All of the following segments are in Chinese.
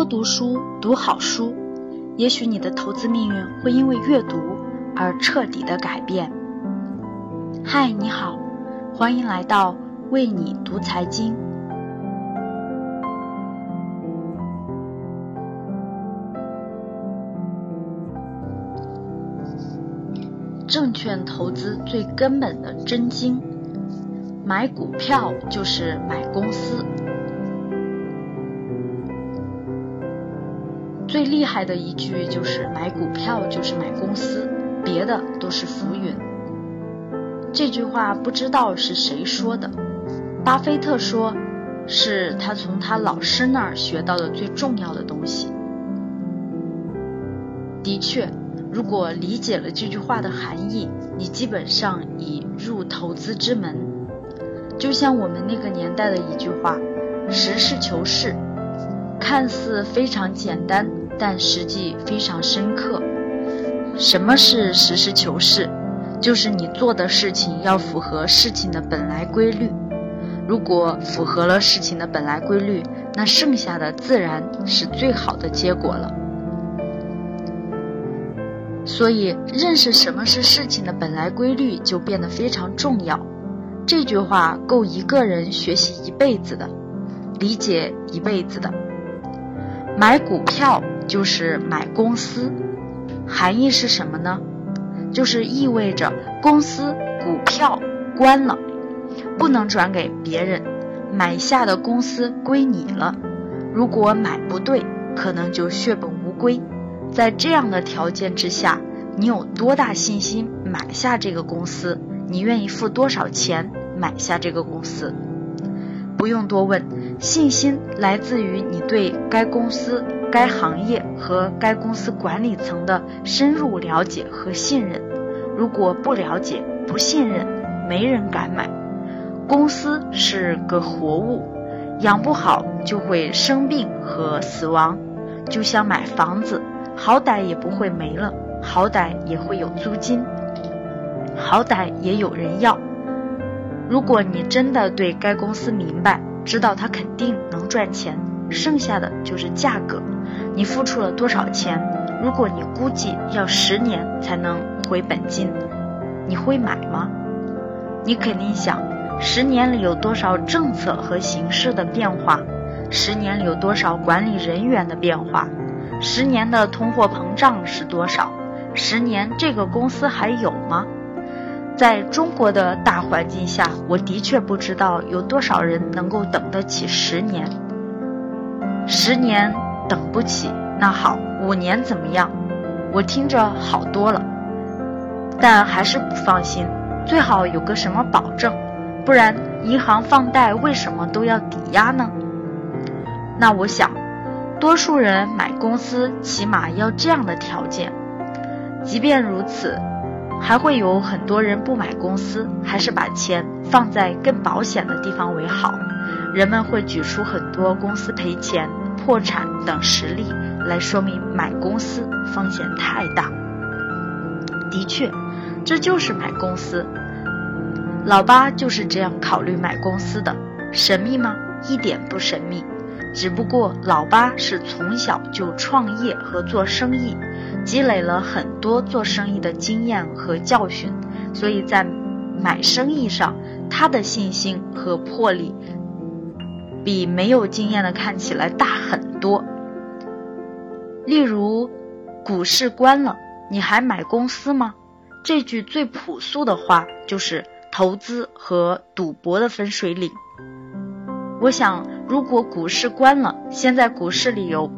读书，读好书，也许你的投资命运会因为阅读而彻底的改变。嗨，你好，欢迎来到为你读财经。证券投资最根本的真经，买股票就是买公司。最厉害的一句就是买股票就是买公司，别的都是浮云。这句话不知道是谁说的，巴菲特说是他从他老师那儿学到的最重要的东西。的确，如果理解了这句话的含义，你基本上已入投资之门。就像我们那个年代的一句话，实事求是，看似非常简单，但实际非常深刻。什么是实事求是？就是你做的事情要符合事情的本来规律。如果符合了事情的本来规律，那剩下的自然是最好的结果了。所以认识什么是事情的本来规律就变得非常重要。这句话够一个人学习一辈子的，理解一辈子的。买股票就是买公司，含义是什么呢？就是意味着公司股票关了，不能转给别人，买下的公司归你了。如果买不对，可能就血本无归。在这样的条件之下，你有多大信心买下这个公司？你愿意付多少钱买下这个公司？不用多问，信心来自于你对该公司、该行业和该公司管理层的深入了解和信任。如果不了解、不信任，没人敢买。公司是个活物，养不好就会生病和死亡。就像买房子，好歹也不会没了，好歹也会有租金，好歹也有人要。如果你真的对该公司明白，知道它肯定能赚钱，剩下的就是价格。你付出了多少钱？如果你估计要10年才能回本金，你会买吗？你肯定想，10年里有多少政策和形势的变化？10年里有多少管理人员的变化？10年的通货膨胀是多少？10年这个公司还有吗？在中国的大环境下，我的确不知道有多少人能够等得起10年。10年等不起，那好，5年怎么样？我听着好多了，但还是不放心，最好有个什么保证，不然银行放贷为什么都要抵押呢？那我想，多数人买公司起码要这样的条件。即便如此，还会有很多人不买公司，还是把钱放在更保险的地方为好。人们会举出很多公司赔钱、破产等实例来说明买公司风险太大。的确，这就是买公司。老八就是这样考虑买公司的。神秘吗？一点不神秘。只不过老八是从小就创业和做生意，积累了很多做生意的经验和教训，所以在买生意上，他的信心和魄力比没有经验的看起来大很多。例如，股市关了，你还买公司吗？这句最朴素的话就是投资和赌博的分水岭。我想，如果股市关了，现在股市里有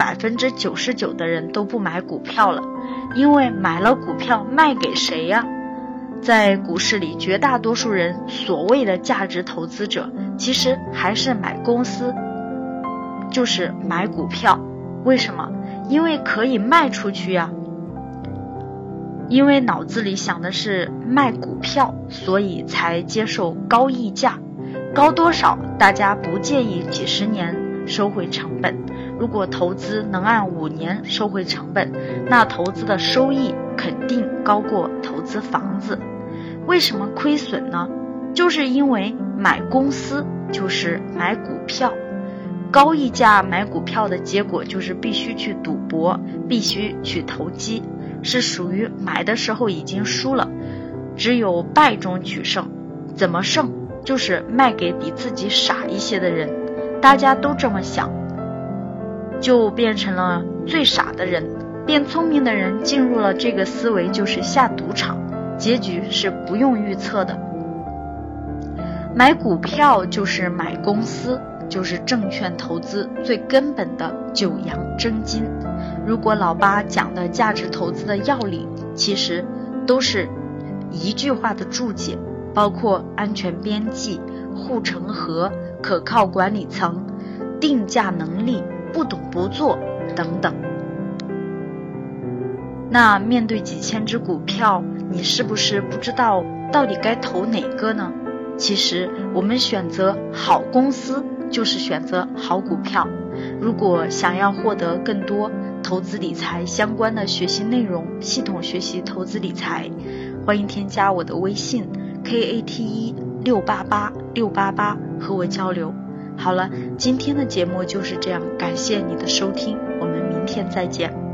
99% 的人都不买股票了，因为买了股票卖给谁呀？在股市里，绝大多数人所谓的价值投资者，其实还是买公司，就是买股票。为什么？因为可以卖出去呀。因为脑子里想的是卖股票，所以才接受高溢价。高多少，大家不介意几十年收回成本。如果投资能按5年收回成本，那投资的收益肯定高过投资房子。为什么亏损呢？就是因为买公司就是买股票， 高溢价买股票的结果就是必须去赌博，必须去投机，是属于买的时候已经输了，只有败中取胜。怎么胜？就是卖给比自己傻一些的人，大家都这么想，就变成了最傻的人。变聪明的人进入了这个思维，就是下赌场，结局是不用预测的。买股票就是买公司，就是证券投资最根本的九阳真经。如果老八讲的价值投资的要领，其实都是一句话的注解，包括安全边际、护城河、可靠管理层、定价能力、不懂不做等等。那面对几千只股票，你是不是不知道到底该投哪个呢？其实我们选择好公司就是选择好股票。如果想要获得更多投资理财相关的学习内容，系统学习投资理财，欢迎添加我的微信 KATE688688 和我交流。好了，今天的节目就是这样，感谢你的收听，我们明天再见。